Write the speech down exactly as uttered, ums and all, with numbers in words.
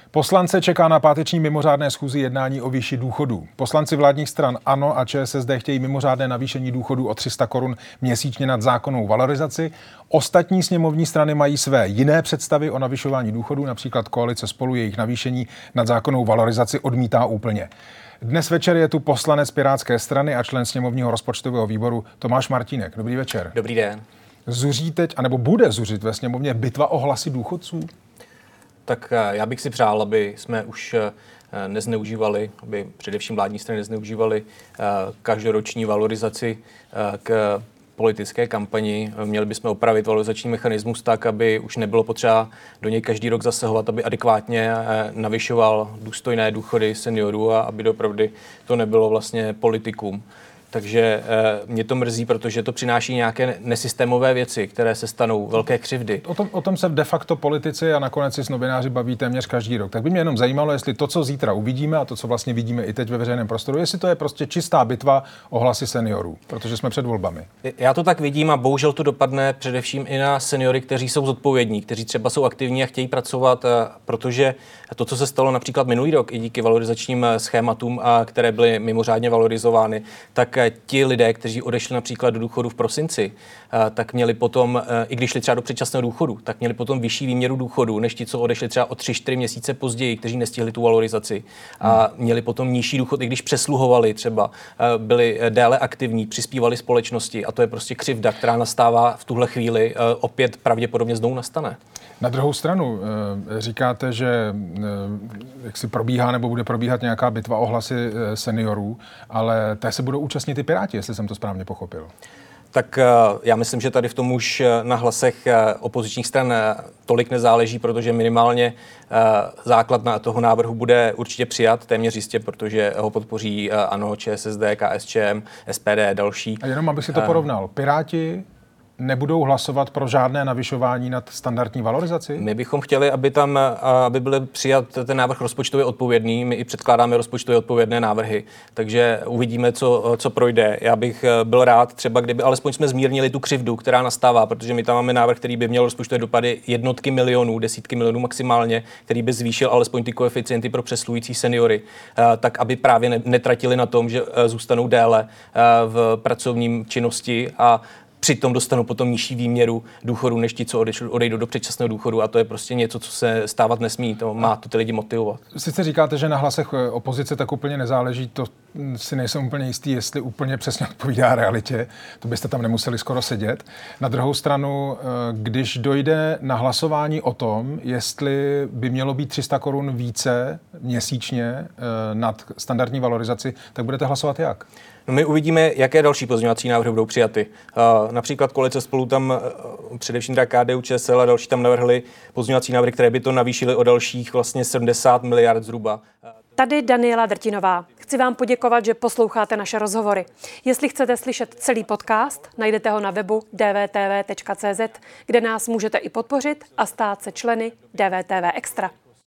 Poslance čeká na páteční mimořádné schůzi jednání o výši důchodů. Poslanci vládních stran ANO a ČSSD chtějí mimořádné navýšení důchodů o tři sta korun měsíčně nad zákonnou valorizaci. Ostatní sněmovní strany mají své jiné představy o navyšování důchodů, například koalice Spolu jejich navýšení nad zákonnou valorizaci odmítá úplně. Dnes večer je tu poslanec Pirátské strany a člen sněmovního rozpočtového výboru Tomáš Martínek. Dobrý večer. Dobrý den. Zuří teď, anebo bude zuřit ve sněmovně bitva o hlasy důchodců? Tak já bych si přál, aby jsme už nezneužívali, aby především vládní strany nezneužívali každoroční valorizaci k politické kampani. Měli bychom opravit valorizační mechanismus tak, aby už nebylo potřeba do něj každý rok zasahovat, aby adekvátně navyšoval důstojné důchody seniorů a aby opravdu to nebylo vlastně politikum. Takže e, mě to mrzí, protože to přináší nějaké nesystémové věci, které se stanou velké křivdy. O tom, o tom se de facto politici a nakonec si s novináři baví téměř každý rok. Tak by mě jenom zajímalo, jestli to, co zítra uvidíme a to, co vlastně vidíme i teď ve veřejném prostoru, jestli to je prostě čistá bitva o hlasy seniorů, protože jsme před volbami. Já to tak vidím a bohužel to dopadne především i na seniory, kteří jsou zodpovědní, kteří třeba jsou aktivní a chtějí pracovat, protože to, co se stalo například minulý rok i díky valorizačním schématům, které byly mimořádně valorizovány, tak ti lidé, kteří odešli například do důchodu v prosinci, tak měli potom, i když šli třeba do předčasného důchodu, tak měli potom vyšší výměru důchodu, než ti, co odešli třeba o tři čtyři měsíce později, kteří nestihli tu valorizaci. A měli potom nižší důchod, i když přesluhovali třeba, byli déle aktivní, přispívali společnosti a to je prostě křivda, která nastává v tuhle chvíli, opět pravděpodobně znovu nastane. Na druhou stranu říkáte, že jak si probíhá nebo bude probíhat nějaká bitva o hlasy seniorů, ale té se budou účastnit i Piráti, jestli jsem to správně pochopil. Tak já myslím, že tady v tom už na hlasech opozičních stran tolik nezáleží, protože minimálně základ na toho návrhu bude určitě přijat, téměř jistě, protože ho podpoří ANO, ČSSD, KSČM, S P D, další. A jenom abych si to porovnal. Piráti nebudou hlasovat pro žádné navyšování nad standardní valorizaci? My bychom chtěli, aby tam aby byl přijat ten návrh rozpočtově odpovědný. My i předkládáme rozpočtově odpovědné návrhy, takže uvidíme, co, co projde. Já bych byl rád třeba, kdyby alespoň jsme zmírnili tu křivdu, která nastává, protože my tam máme návrh, který by měl rozpočtové dopady jednotky milionů, desítky milionů maximálně, který by zvýšil alespoň ty koeficienty pro přesluhující seniory, tak aby právě netratili na tom, že zůstanou déle v pracovním činnosti a přitom dostanou potom nižší výměru důchodu, než ti, co odejdou do předčasného důchodu a to je prostě něco, co se stávat nesmí. To má to ty lidi motivovat. Sice říkáte, že na hlasech opozice tak úplně nezáleží, to si nejsem úplně jistý, jestli úplně přesně odpovídá realitě. To byste tam nemuseli skoro sedět. Na druhou stranu, když dojde na hlasování o tom, jestli by mělo být tři sta korun více měsíčně nad standardní valorizaci, tak budete hlasovat jak? No my uvidíme, jaké další pozměňovací návrhy budou přijaty. Uh, například koalice Spolu tam, uh, především teda K D U Č S L a další tam navrhli pozměňovací návrhy, které by to navýšily o dalších vlastně sedmdesát miliard zhruba. Tady Daniela Drtinová. Chci vám poděkovat, že posloucháte naše rozhovory. Jestli chcete slyšet celý podcast, najdete ho na webu d v t v tečka c z, kde nás můžete i podpořit a stát se členy D V T V Extra.